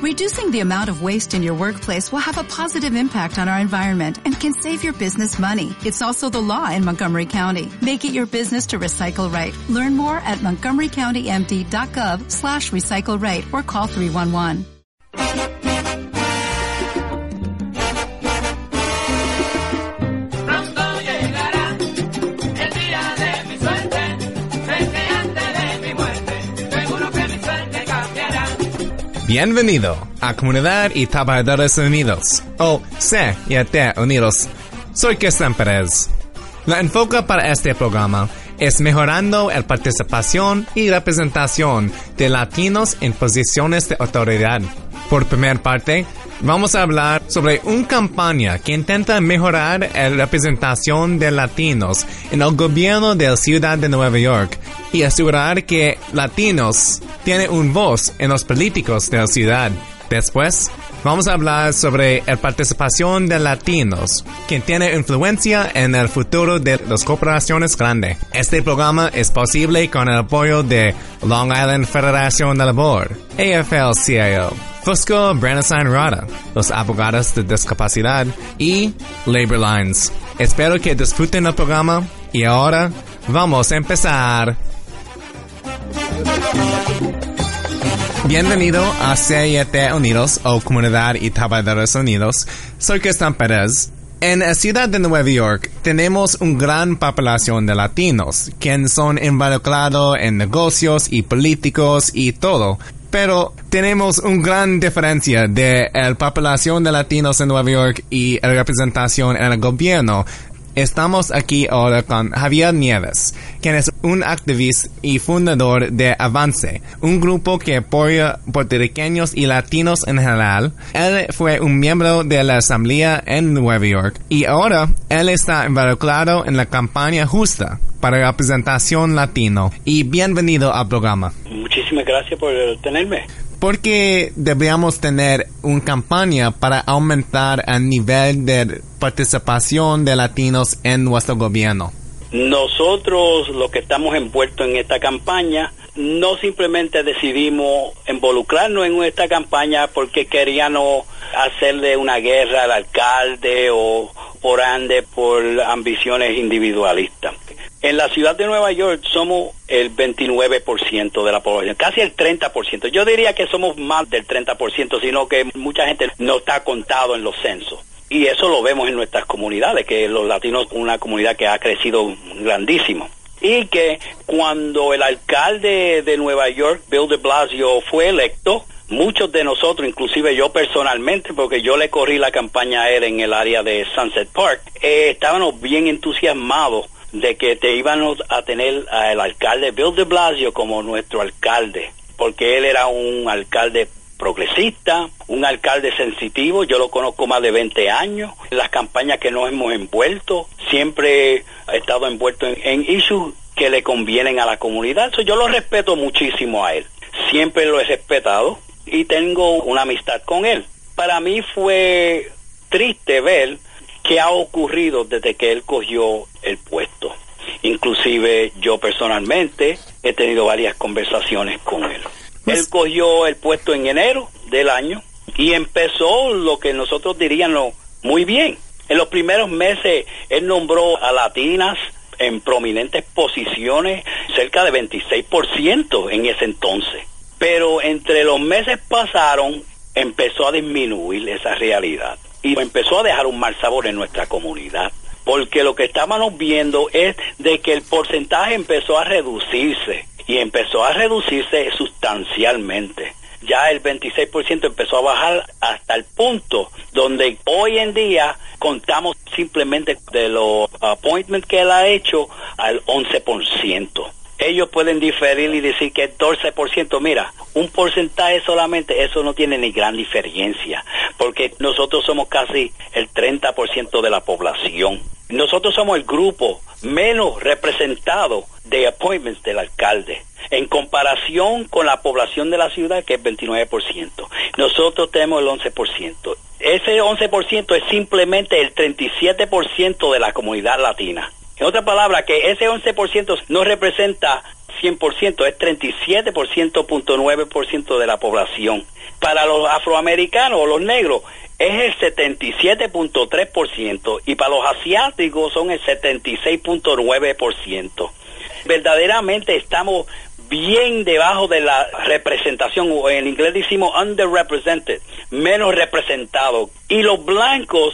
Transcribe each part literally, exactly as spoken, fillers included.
Reducing the amount of waste in your workplace will have a positive impact on our environment and can save your business money. It's also the law in Montgomery County. Make it your business to recycle right. Learn more at montgomery county m d dot gov slash recycle right or call three one one. Bienvenido a Comunidad y Trabajadores Unidos, o C y T Unidos. Soy Cristian Pérez. La enfoque para este programa es mejorando la participación y representación de latinos en posiciones de autoridad. Por primera parte, vamos a hablar sobre una campaña que intenta mejorar la representación de latinos en el gobierno de la ciudad de Nueva York y asegurar que latinos tienen una voz en los políticos de la ciudad. Después, vamos a hablar sobre la participación de latinos, que tiene influencia en el futuro de las corporaciones grandes. Este programa es posible con el apoyo de Long Island Federación de Labor, A F L C I O, Fusco Brandesign Rada, los abogados de discapacidad y Labor Lines. Espero que disfruten el programa y ahora vamos a empezar. Bienvenido a C y T Unidos, o Comunidad y Trabajadores Unidos. Soy Cristian Pérez. En la ciudad de Nueva York tenemos una gran población de latinos, quienes son involucrados en negocios y políticos y todo. Pero tenemos una gran diferencia de la población de latinos en Nueva York y la representación en el gobierno. Estamos aquí ahora con Javier Nieves, quien es un activista y fundador de Avance, un grupo que apoya puertorriqueños y latinos en general. Él fue un miembro de la Asamblea en Nueva York y ahora él está involucrado en la campaña justa para la representación latino. Y bienvenido al programa. Muchísimas gracias por tenerme. ¿Por qué deberíamos tener una campaña para aumentar el nivel de participación de latinos en nuestro gobierno? Nosotros, los que estamos envueltos en esta campaña, no simplemente decidimos involucrarnos en esta campaña porque queríamos hacerle una guerra al alcalde o por ande por ambiciones individualistas. En la ciudad de Nueva York somos el veintinueve por ciento de la población, casi el treinta por ciento. Yo diría que somos más del treinta por ciento, sino que mucha gente no está contado en los censos. Y eso lo vemos en nuestras comunidades, que los latinos son una comunidad que ha crecido grandísimo. Y que cuando el alcalde de Nueva York, Bill de Blasio, fue electo, muchos de nosotros, inclusive yo personalmente, porque yo le corrí la campaña a él en el área de Sunset Park, eh, estábamos bien entusiasmados de que te íbamos a tener al alcalde Bill de Blasio como nuestro alcalde, porque él era un alcalde progresista, un alcalde sensitivo. Yo lo conozco más de veinte años. En las campañas que nos hemos envuelto, siempre ha estado envuelto en, en issues que le convienen a la comunidad. So, yo lo respeto muchísimo a él. Siempre lo he respetado y tengo una amistad con él. Para mí fue triste ver qué ha ocurrido desde que él cogió el puesto. Inclusive yo personalmente he tenido varias conversaciones con él. Él cogió el puesto en enero del año y empezó lo que nosotros diríamos muy bien. En los primeros meses él nombró a latinas en prominentes posiciones, cerca de veintiséis por ciento en ese entonces. Pero entre los meses pasaron, empezó a disminuir esa realidad. Y empezó a dejar un mal sabor en nuestra comunidad, porque lo que estábamos viendo es de que el porcentaje empezó a reducirse, y empezó a reducirse sustancialmente. Ya el veintiséis por ciento empezó a bajar hasta el punto donde hoy en día contamos simplemente de los appointments que él ha hecho al once por ciento. Ellos pueden diferir y decir que es doce por ciento. Mira, un porcentaje solamente, eso no tiene ni gran diferencia, porque nosotros somos casi el treinta por ciento de la población. Nosotros somos el grupo menos representado de appointments del alcalde, en comparación con la población de la ciudad, que es veintinueve por ciento. Nosotros tenemos el once por ciento. Ese once por ciento es simplemente el treinta y siete por ciento de la comunidad latina. En otras palabras, que ese once por ciento no representa cien por ciento, es treinta y siete por ciento punto nueve por ciento de la población. Para los afroamericanos o los negros es el setenta y siete punto tres por ciento y para los asiáticos son el setenta y seis punto nueve por ciento. Verdaderamente estamos bien debajo de la representación, o en inglés decimos underrepresented, menos representados. Y los blancos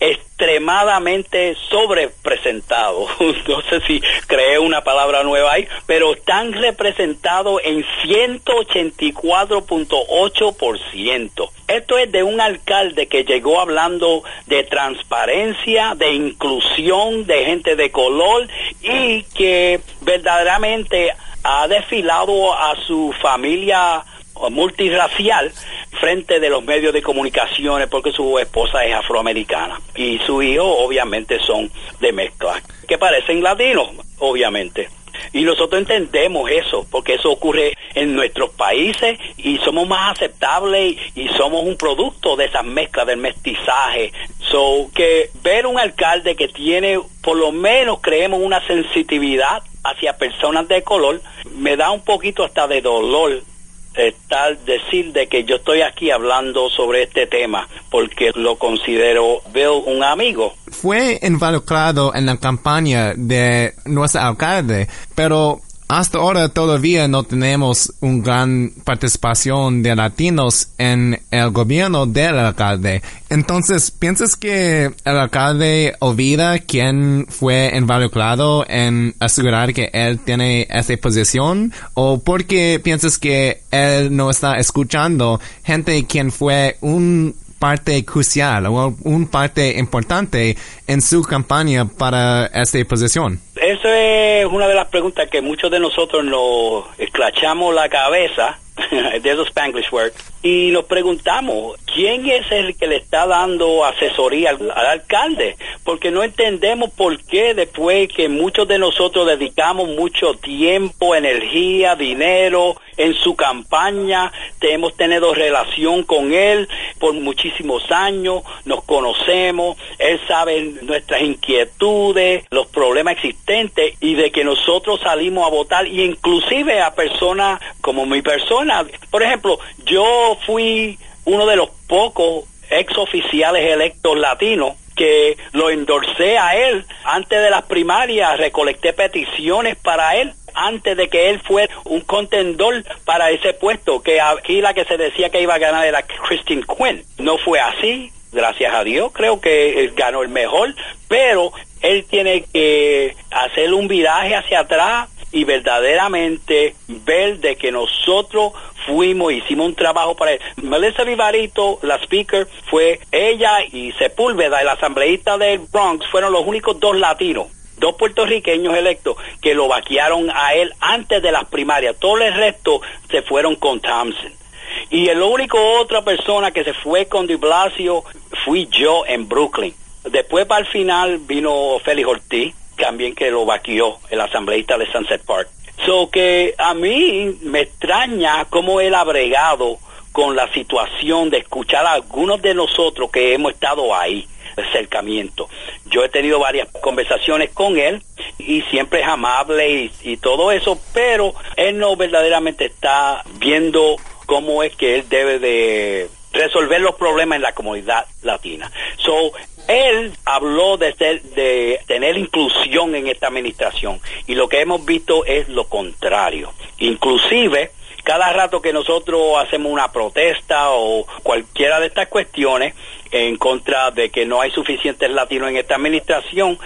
extremadamente sobrepresentados. No sé si creé una palabra nueva ahí, pero están representados en ciento ochenta y cuatro punto ocho por ciento. Esto es de un alcalde que llegó hablando de transparencia, de inclusión, de gente de color y que verdaderamente ha desfilado a su familia multirracial frente de los medios de comunicaciones porque su esposa es afroamericana y su hijo obviamente son de mezcla que parecen latinos obviamente, y nosotros entendemos eso porque eso ocurre en nuestros países y somos más aceptables y somos un producto de esas mezclas del mestizaje. So que ver un alcalde que tiene por lo menos creemos una sensitividad hacia personas de color me da un poquito hasta de dolor estar decir de que yo estoy aquí hablando sobre este tema porque lo considero veo un amigo. Fue involucrado en la campaña de nuestro alcalde, pero hasta ahora todavía no tenemos una gran participación de latinos en el gobierno del alcalde. Entonces, ¿piensas que el alcalde olvida quién fue involucrado en asegurar que él tiene esa posición? ¿O porque piensas que él no está escuchando gente quien fue un parte crucial o un parte importante en su campaña para esta posición? Eso es una de las preguntas que muchos de nosotros nos escrachamos la cabeza de esos Spanglish words y nos preguntamos quién es el que le está dando asesoría al, al alcalde, porque no entendemos por qué después que muchos de nosotros dedicamos mucho tiempo, energía, dinero en su campaña, te, hemos tenido relación con él por muchísimos años, nos conocemos, él sabe nuestras inquietudes, los problemas existentes y de que nosotros salimos a votar y inclusive a personas como mi persona. Por ejemplo, yo fui uno de los pocos ex oficiales electos latinos que lo endorsé a él antes de las primarias, recolecté peticiones para él antes de que él fuera un contendor para ese puesto, que aquí la que se decía que iba a ganar era Christine Quinn. No fue así, gracias a Dios, creo que él ganó el mejor, pero él tiene que hacer un viraje hacia atrás y verdaderamente ver de que nosotros fuimos, hicimos un trabajo para él. Melissa Vivarito, la speaker, fue ella y Sepúlveda, el asambleísta del Bronx, fueron los únicos dos latinos, dos puertorriqueños electos que lo vaquearon a él antes de las primarias. Todo el resto se fueron con Thompson. Y el único otra persona que se fue con de Blasio fui yo en Brooklyn. Después para el final vino Félix Ortiz, también que lo vaqueó, el asambleísta de Sunset Park. So que a mí me extraña cómo él ha bregado con la situación de escuchar a algunos de nosotros que hemos estado ahí, el acercamiento. Yo he tenido varias conversaciones con él y siempre es amable y, y todo eso, pero él no verdaderamente está viendo cómo es que él debe de resolver los problemas en la comunidad latina. So, él habló de, ser, de tener inclusión en esta administración y lo que hemos visto es lo contrario. Inclusive, cada rato que nosotros hacemos una protesta o cualquiera de estas cuestiones en contra de que no hay suficientes latinos en esta administración,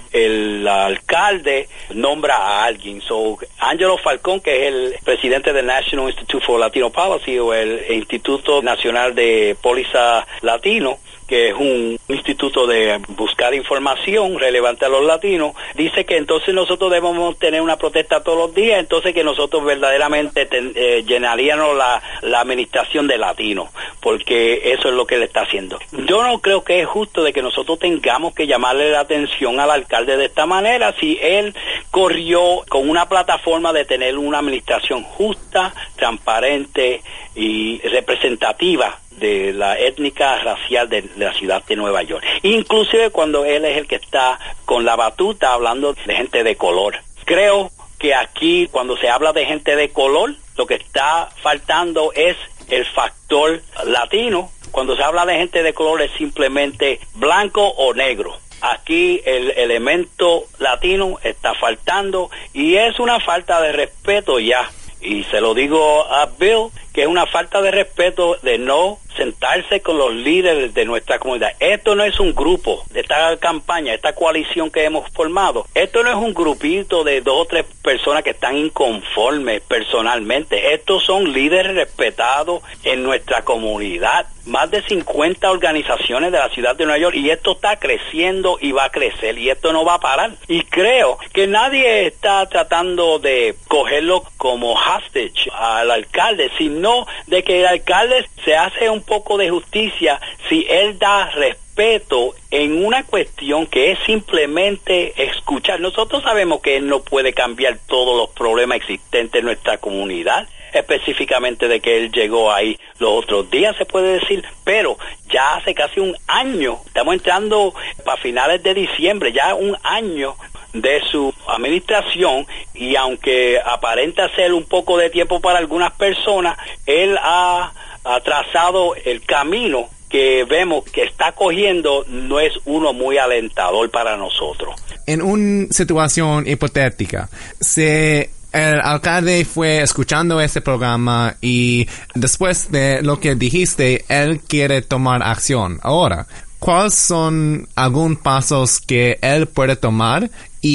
el alcalde nombra a alguien. So, Angelo Falcón, que es el presidente del National Institute for Latino Policy o el Instituto Nacional de Póliza Latino, que es un instituto de buscar información relevante a los latinos, dice que entonces nosotros debemos tener una protesta todos los días, entonces que nosotros verdaderamente ten, eh, llenaríamos la, la administración de latinos, porque eso es lo que él está haciendo. Yo no creo que es justo de que nosotros tengamos que llamarle la atención al alcalde de esta manera, si él corrió con una plataforma de tener una administración justa, transparente y representativa de la étnica racial de, de la ciudad de Nueva York. Inclusive cuando él es el que está con la batuta hablando de gente de color. Creo que aquí cuando se habla de gente de color, lo que está faltando es el factor latino. Cuando se habla de gente de color es simplemente blanco o negro. Aquí el elemento latino está faltando y es una falta de respeto ya. Y se lo digo a Bill, que es una falta de respeto de no sentarse con los líderes de nuestra comunidad. Esto no es un grupo de esta campaña, esta coalición que hemos formado. Esto no es un grupito de dos o tres personas que están inconformes personalmente. Estos son líderes respetados en nuestra comunidad. Más de cincuenta organizaciones de la ciudad de Nueva York, y esto está creciendo y va a crecer, y esto no va a parar. Y creo que nadie está tratando de cogerlo como hostage al alcalde, sino de que el alcalde se hace un poco de justicia si él da respeto en una cuestión que es simplemente escuchar. Nosotros sabemos que él no puede cambiar todos los problemas existentes en nuestra comunidad, específicamente de que él llegó ahí los otros días, se puede decir, pero ya hace casi un año, estamos entrando para finales de diciembre, ya un año de su administración, y aunque aparenta ser un poco de tiempo para algunas personas, él ha, ha trazado el camino que vemos que está cogiendo, no es uno muy alentador para nosotros. En una situación hipotética, se el alcalde fue escuchando este programa y después de lo que dijiste, él quiere tomar acción. Ahora, ¿cuáles son algunos pasos que él puede tomar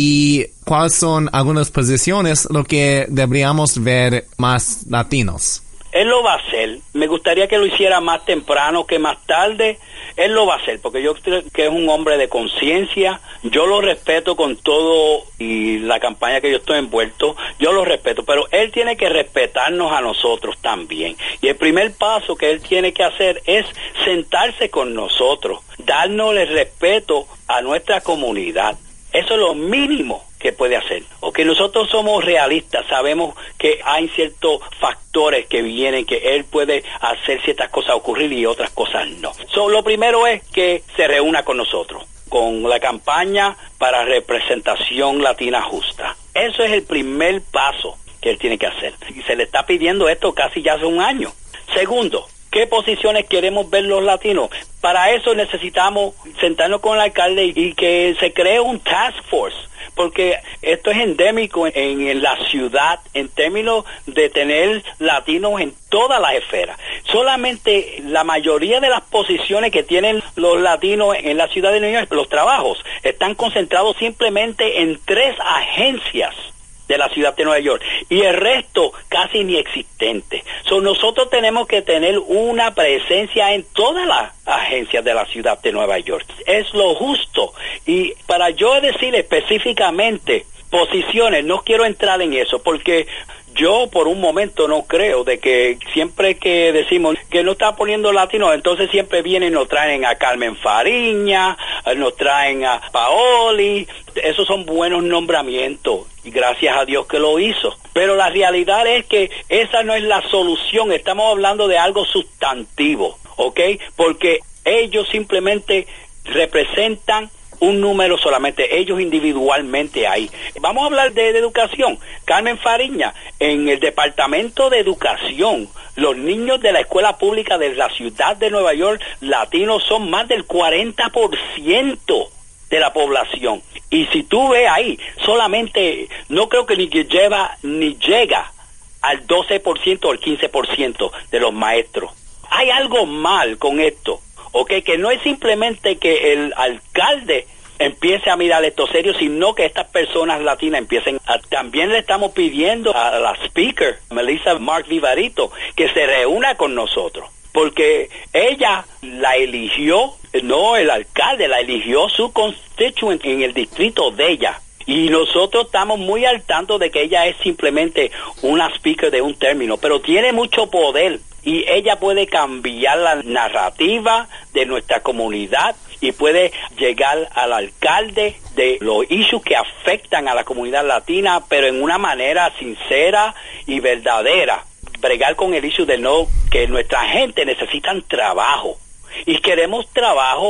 y cuáles son algunas posiciones lo que deberíamos ver más latinos? Él lo va a hacer. Me gustaría que lo hiciera más temprano que más tarde. Él lo va a hacer porque yo creo que es un hombre de conciencia. Yo lo respeto con todo y la campaña que yo estoy envuelto, yo lo respeto, pero él tiene que respetarnos a nosotros también. Y el primer paso que él tiene que hacer es sentarse con nosotros, darnos el respeto a nuestra comunidad. Eso es lo mínimo que puede hacer. O que nosotros somos realistas, sabemos que hay ciertos factores que vienen, que él puede hacer ciertas cosas ocurrir y otras cosas no. So, lo primero es que se reúna con nosotros, con la campaña para representación latina justa. Eso es el primer paso que él tiene que hacer. Y se le está pidiendo esto casi ya hace un año. Segundo, ¿qué posiciones queremos ver los latinos? Para eso necesitamos sentarnos con el alcalde y, y que se cree un task force, porque esto es endémico en, en la ciudad en términos de tener latinos en todas las esferas. Solamente la mayoría de las posiciones que tienen los latinos en la ciudad de Nueva York, los trabajos, están concentrados simplemente en tres agencias de la ciudad de Nueva York, y el resto casi inexistente. So, nosotros tenemos que tener una presencia en todas las agencias de la ciudad de Nueva York. Es lo justo. Y para yo decir específicamente posiciones, no quiero entrar en eso, porque yo por un momento no creo de que siempre que decimos que no está poniendo latinos, entonces siempre vienen y nos traen a Carmen Fariña, nos traen a Paoli. Esos son buenos nombramientos y gracias a Dios que lo hizo. Pero la realidad es que esa no es la solución. Estamos hablando de algo sustantivo, ¿ok? Porque ellos simplemente representan un número solamente, ellos individualmente ahí. Vamos a hablar de, de educación. Carmen Fariña, en el departamento de educación, los niños de la escuela pública de la ciudad de Nueva York, latinos, son más del cuarenta por ciento de la población. Y si tú ves ahí, solamente, no creo que ni que lleva, ni llega al doce por ciento o al quince por ciento de los maestros. Hay algo mal con esto. Okay, que no es simplemente que el alcalde empiece a mirar esto serio, sino que estas personas latinas empiecen a... También le estamos pidiendo a la speaker, Melissa Mark Vivarito, que se reúna con nosotros, porque ella la eligió, no el alcalde, la eligió su constituent en el distrito de ella. Y nosotros estamos muy al tanto de que ella es simplemente una speaker de un término, pero tiene mucho poder y ella puede cambiar la narrativa de nuestra comunidad y puede llegar al alcalde de los issues que afectan a la comunidad latina, pero en una manera sincera y verdadera. Bregar con el issue de no, que nuestra gente necesita trabajo y queremos trabajo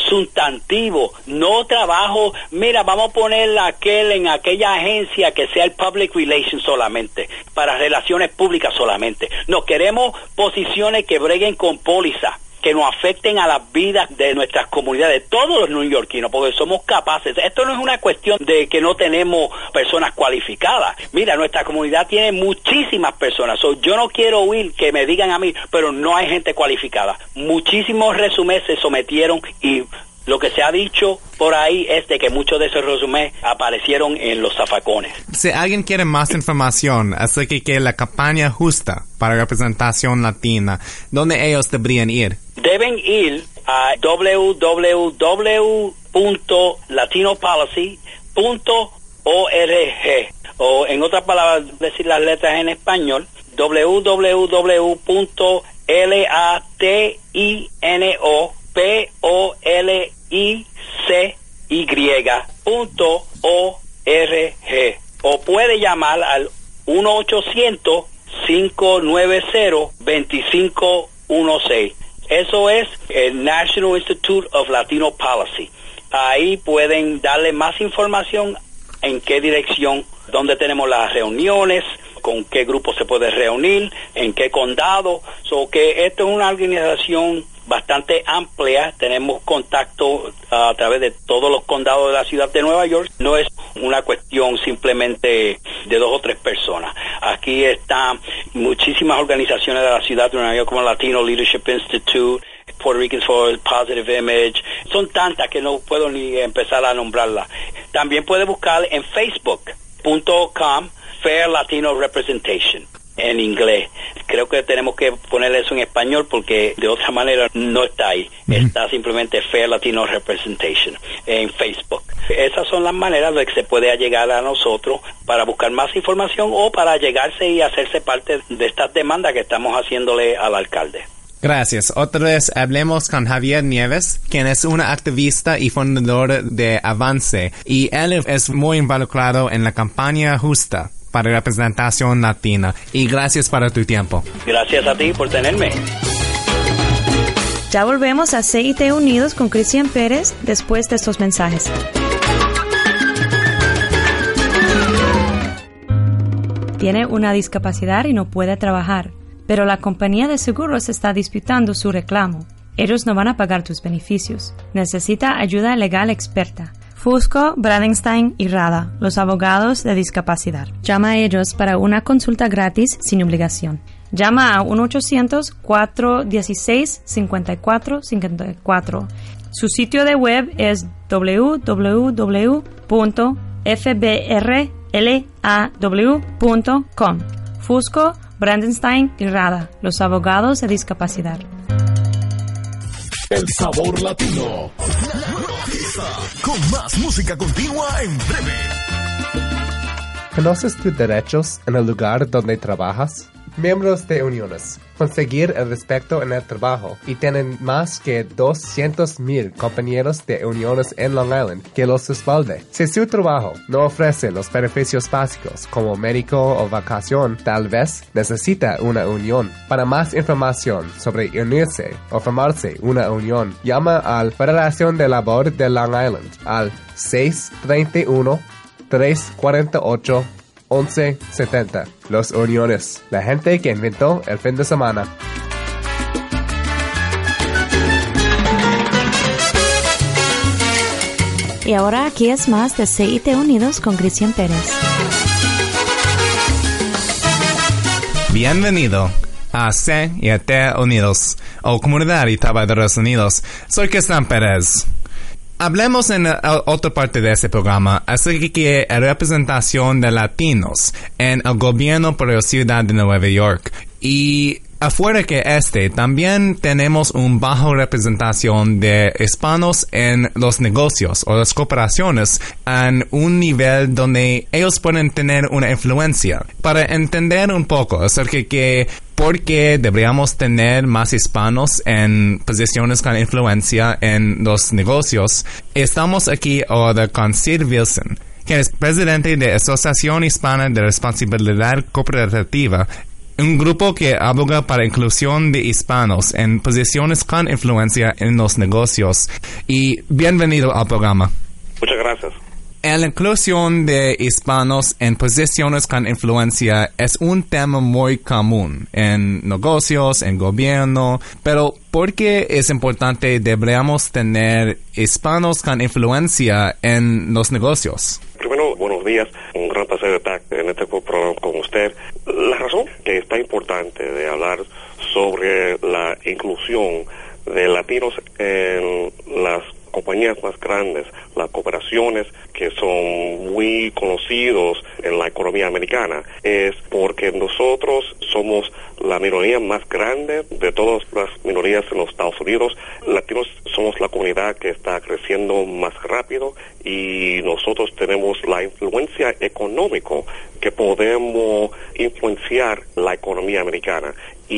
sustantivo, no trabajo, mira, vamos a poner aquel en aquella agencia que sea el public relations solamente, para relaciones públicas solamente. No queremos posiciones que breguen con póliza, que nos afecten a las vidas de nuestras comunidades, todos los neoyorquinos, porque somos capaces. Esto no es una cuestión de que no tenemos personas cualificadas. Mira, nuestra comunidad tiene muchísimas personas. So, yo no quiero oír que me digan a mí, pero no hay gente cualificada. Muchísimos resúmenes se sometieron y lo que se ha dicho por ahí es de que muchos de esos resúmenes aparecieron en los zafacones. Si alguien quiere más información acerca de la campaña justa para representación latina, ¿dónde ellos deberían ir? Deben ir a w w w punto latino policy punto org o, en otras palabras, decir las letras en español, w w w punto latino policy punto org o puede llamar al uno ochocientos, cinco nueve cero, dos cinco uno seis. Eso es el National Institute of Latino Policy. Ahí pueden darle más información en qué dirección, dónde tenemos las reuniones, con qué grupo se puede reunir, en qué condado. So que esto es una organización bastante amplia, tenemos contacto uh, a través de todos los condados de la ciudad de Nueva York. No es una cuestión simplemente de dos o tres personas. Aquí están muchísimas organizaciones de la ciudad de Nueva York, como Latino Leadership Institute, Puerto Ricans for Positive Image. Son tantas que no puedo ni empezar a nombrarlas. También puede buscar en facebook punto com Fair Latino Representation en inglés. Creo que tenemos que poner eso en español porque de otra manera no está ahí. Mm-hmm. Está simplemente Fair Latino Representation en Facebook. Esas son las maneras de que se puede llegar a nosotros para buscar más información o para llegarse y hacerse parte de estas demandas que estamos haciéndole al alcalde. Gracias. Otra vez hablemos con Javier Nieves, quien es un activista y fundador de Avance, y él es muy involucrado en la campaña justa para representación latina. Y gracias por tu tiempo. Gracias a ti por tenerme. Ya volvemos a C I T Unidos con Cristian Pérez después de estos mensajes. Tiene una discapacidad y no puede trabajar, pero la compañía de seguros está disputando su reclamo. Ellos no van a pagar tus beneficios. Necesita ayuda legal experta. Fusco, Bradenstein y Rada, los abogados de discapacidad. Llama a ellos para una consulta gratis sin obligación. Llama a uno ochocientos, cuatro uno seis, cinco cuatro cinco cuatro. Su sitio de web es w w w punto f b r law punto com. Fusco, Bradenstein y Rada, los abogados de discapacidad. El sabor latino. Con más música continua en breve. ¿Conoces tus derechos en el lugar donde trabajas? Miembros de uniones. Conseguir el respeto en el trabajo y tienen más que doscientos mil compañeros de uniones en Long Island que los respalde. Si su trabajo no ofrece los beneficios básicos como médico o vacación, tal vez necesita una unión. Para más información sobre unirse o formarse una unión, llama a la Federación de Labor de Long Island al seis tres uno, tres cuatro ocho, once setenta. Los uniones, la gente que inventó el fin de semana. Y ahora aquí es más de C I T Unidos con Cristian Pérez. Bienvenido a C I T Unidos, o Comunidad y Trabajadores Unidos. Soy Cristian Pérez. Hablemos en uh, otra parte de este programa acerca de la representación de latinos en el gobierno por la ciudad de Nueva York. Y afuera que este, también tenemos una baja representación de hispanos en los negocios o las corporaciones en un nivel donde ellos pueden tener una influencia. Para entender un poco acerca de por qué deberíamos tener más hispanos en posiciones con influencia en los negocios, estamos aquí ahora con Sid Wilson, quien es presidente de la Asociación Hispana de Responsabilidad Corporativa un grupo que aboga para inclusión de hispanos en posiciones con influencia en los negocios. Y bienvenido al programa. Muchas gracias. La inclusión de hispanos en posiciones con influencia es un tema muy común en negocios, en gobierno, pero ¿por qué es importante deberíamos tener hispanos con influencia en los negocios? Primero, buenos días. Un gran placer estar en este programa con usted. La razón que está importante de hablar sobre la inclusión de latinos en las compañías más grandes, las corporaciones que son muy conocidos en la economía americana, es porque nosotros somos la minoría más grande de todas las minorías en los Estados Unidos. Latinos somos la comunidad que está creciendo más rápido y nosotros tenemos la influencia económica que podemos influenciar la economía americana.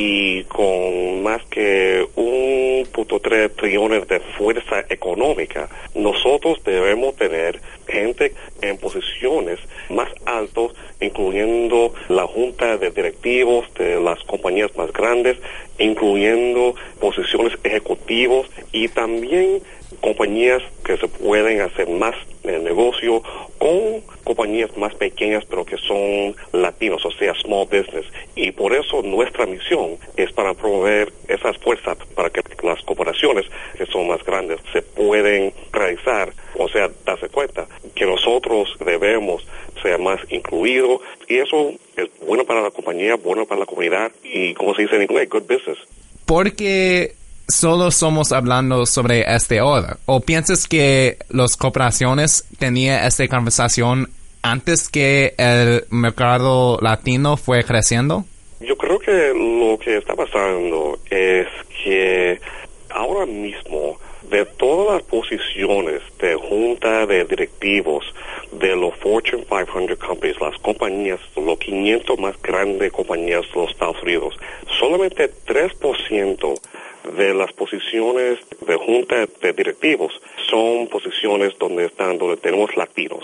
Y con más que un punto tres trillones de fuerza económica, nosotros debemos tener gente en posiciones más altas, incluyendo la junta de directivos de las compañías más grandes, incluyendo posiciones ejecutivos y también compañías que se pueden hacer más en negocio con compañías más pequeñas pero que son latinos, o sea, small business. Y por eso nuestra misión es para promover esas fuerzas para que las corporaciones que son más grandes se pueden realizar, o sea, darse cuenta que nosotros debemos ser más incluidos y eso es bueno para la compañía, bueno para la comunidad y, como se dice en inglés, good business. Porque solo somos hablando sobre este hora, ¿o piensas que las corporaciones tenían esta conversación antes que el mercado latino fue creciendo? Yo creo que lo que está pasando es que ahora mismo de todas las posiciones de junta de directivos de los Fortune quinientos companies, las compañías, los quinientos más grandes compañías de los Estados Unidos, solamente tres por ciento de las posiciones de junta de directivos son posiciones donde están, donde tenemos latinos.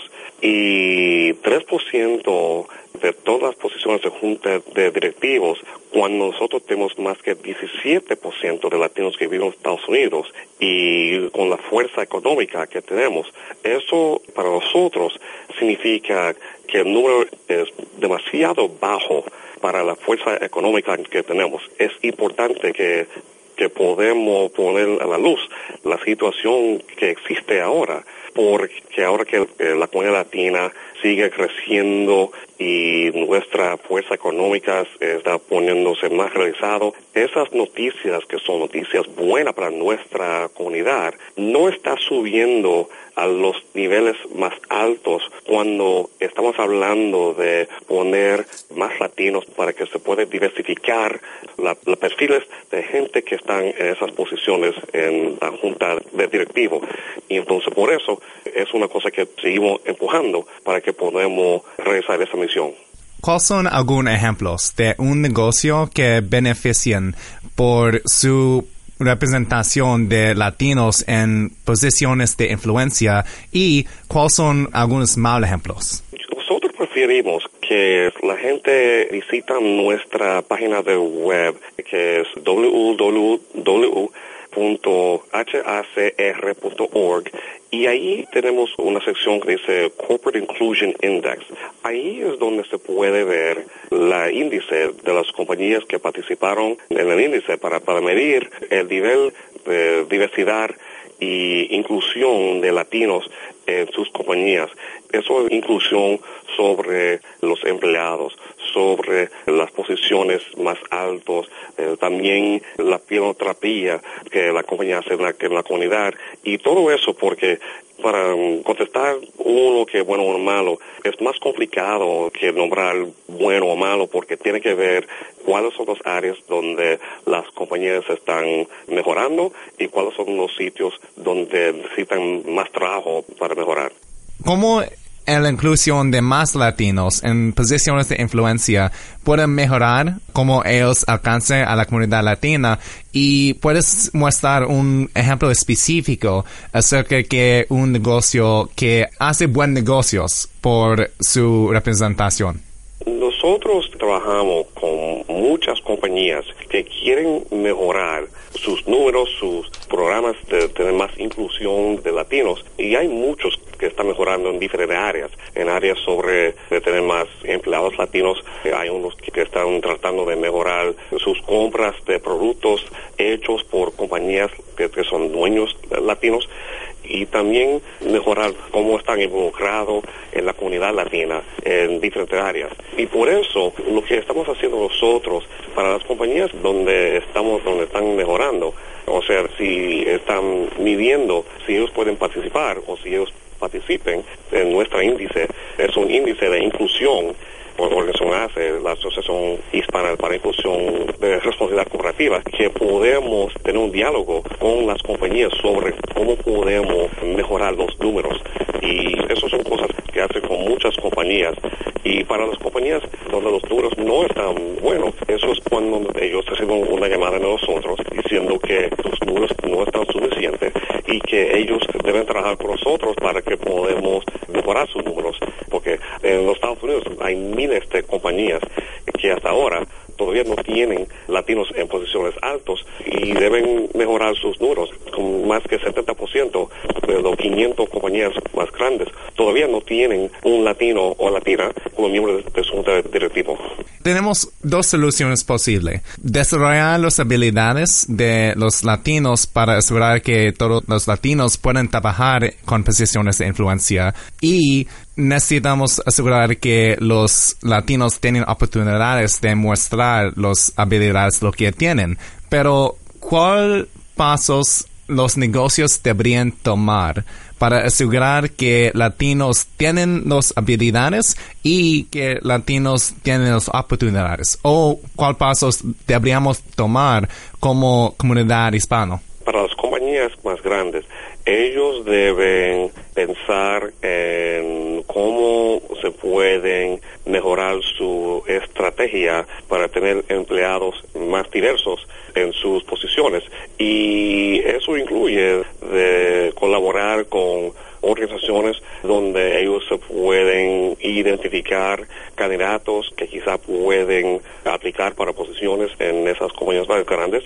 Y tres por ciento de todas las posiciones de junta de directivos, cuando nosotros tenemos más que diecisiete por ciento de latinos que viven en Estados Unidos y con la fuerza económica que tenemos, eso para nosotros significa que el número es demasiado bajo para la fuerza económica que tenemos. Es importante que que podemos poner a la luz la situación que existe ahora, porque ahora que eh, la comunidad latina sigue creciendo y nuestra fuerza económica está poniéndose más realizado, esas noticias que son noticias buenas para nuestra comunidad no está subiendo a los niveles más altos cuando estamos hablando de poner más latinos para que se pueda diversificar los perfiles de gente que están en esas posiciones en la junta de directivos. Y entonces por eso es una cosa que seguimos empujando para que podamos realizar esa misión. ¿Cuáles son algunos ejemplos de un negocio que benefician por su representación de latinos en posiciones de influencia y cuáles son algunos malos ejemplos? Nosotros preferimos que la gente visita nuestra página de web, que es w w w punto h a c r punto org, y ahí tenemos una sección que dice Corporate Inclusion Index. Ahí es donde se puede ver la índice de las compañías que participaron en el índice para, para medir el nivel de diversidad y inclusión de latinos en sus compañías. Eso es inclusión sobre los empleados, sobre las posiciones más altas, eh, también la pianoterapia que la compañía hace en la, en la comunidad, y todo eso porque para um, contestar uno que es bueno o malo es más complicado que nombrar bueno o malo porque tiene que ver cuáles son las áreas donde las compañías están mejorando y cuáles son los sitios donde necesitan más trabajo para mejorar. ¿Cómo la inclusión de más latinos en posiciones de influencia puede mejorar cómo ellos alcancen a la comunidad latina? Y puedes mostrar un ejemplo específico acerca de un negocio que hace buenos negocios por su representación. Nosotros nosotros trabajamos con muchas compañías que quieren mejorar sus números, sus programas de tener más inclusión de latinos, y hay muchos que están mejorando en diferentes áreas, en áreas sobre de tener más empleados latinos. Hay unos que están tratando de mejorar sus compras de productos hechos por compañías que, que son dueños latinos, y también mejorar cómo están involucrados en la comunidad latina en diferentes áreas. Y por eso lo que estamos haciendo nosotros para las compañías donde estamos, donde están mejorando, o sea, si están midiendo si ellos pueden participar o si ellos participen en nuestro índice, es un índice de inclusión por la organización A C E, la Asociación Hispana para Inclusión de Responsabilidad Corporativa, que podemos tener un diálogo con las compañías sobre cómo podemos mejorar los números. Y eso son cosas que hacen con muchas compañías. Y para las compañías donde los números no están buenos, eso es cuando ellos reciben una llamada de nosotros diciendo que los números no están suficientes y que ellos deben trabajar con nosotros para que podamos mejorar sus números. Porque en los Estados Unidos hay miles de compañías que hasta ahora todavía no tienen latinos en posiciones altas y deben mejorar sus números. Con más que setenta por ciento de los quinientas compañías más grandes todavía no tienen un latino o latina como miembro de su junta directiva. Tenemos dos soluciones posibles. Desarrollar las habilidades de los latinos para asegurar que todos los latinos puedan trabajar con posiciones de influencia, y necesitamos asegurar que los latinos tienen oportunidades de mostrar las habilidades lo que tienen. Pero, ¿cuál pasos los negocios deberían tomar para asegurar que latinos tienen las habilidades y que latinos tienen las oportunidades? ¿O cuál pasos deberíamos tomar como comunidad hispana? Para las compañías más grandes, ellos deben pensar en cómo se pueden mejorar su estrategia para tener empleados más diversos en sus posiciones, y eso incluye de colaborar con organizaciones donde ellos se pueden identificar candidatos que quizá pueden aplicar para posiciones en esas compañías más grandes,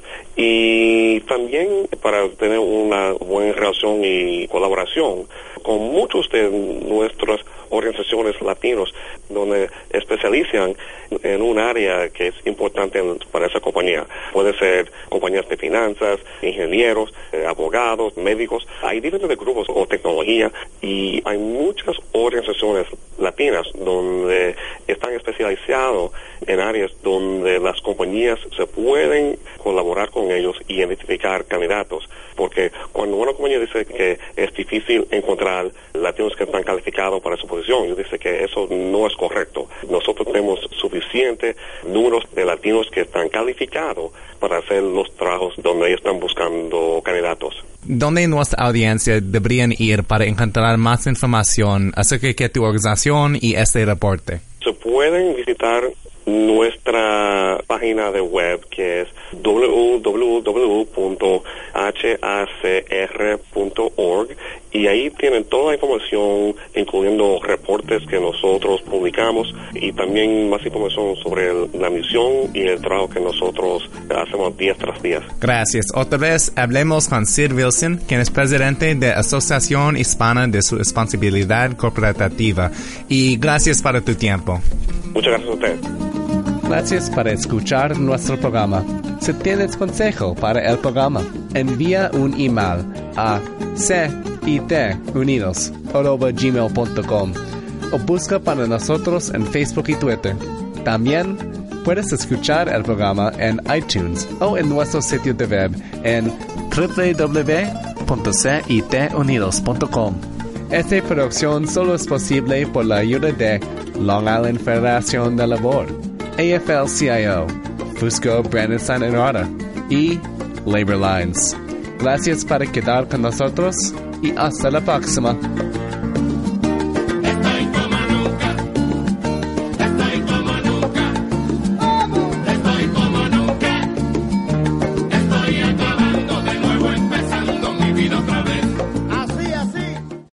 y también para tener una buena relación y colaboración con muchos de nuestras organizaciones latinos donde especializan en un área que es importante para esa compañía. Puede ser compañías de finanzas, ingenieros, eh, abogados, médicos. Hay diferentes grupos o tecnología, y hay muchas organizaciones latinas donde están especializados en áreas donde las compañías se pueden colaborar con ellos y identificar candidatos. Porque cuando una compañía dice que es difícil encontrar latinos que están calificados para su posición, yo dice que eso no es correcto. Nosotros tenemos suficientes números de latinos que están calificados para hacer los trabajos donde ellos están buscando candidatos. ¿Dónde nuestra audiencia deberían ir para encontrar más información acerca de tu organización y este reporte? Se pueden visitar nuestra página de web, que es doble u doble u doble u punto h a c r punto org, y ahí tienen toda la información, incluyendo reportes que nosotros publicamos, y también más información sobre el, la misión y el trabajo que nosotros hacemos día tras día. Gracias. Otra vez hablemos con Sid Wilson, quien es presidente de Asociación Hispana de su Responsabilidad Corporativa, y gracias por tu tiempo. Muchas gracias a usted. Gracias por escuchar nuestro programa. Si tienes consejo para el programa, envía un email a citunidos arroba gmail punto com o busca para nosotros en Facebook y Twitter. También puedes escuchar el programa en iTunes o en nuestro sitio de web en doble u doble u doble u punto citunidos punto com. Esta producción solo es posible por la ayuda de Long Island Federación de Labor, A F L C I O, Fusco Brandon San Enrada y Labor Lines. Gracias por quedar con nosotros y hasta la próxima.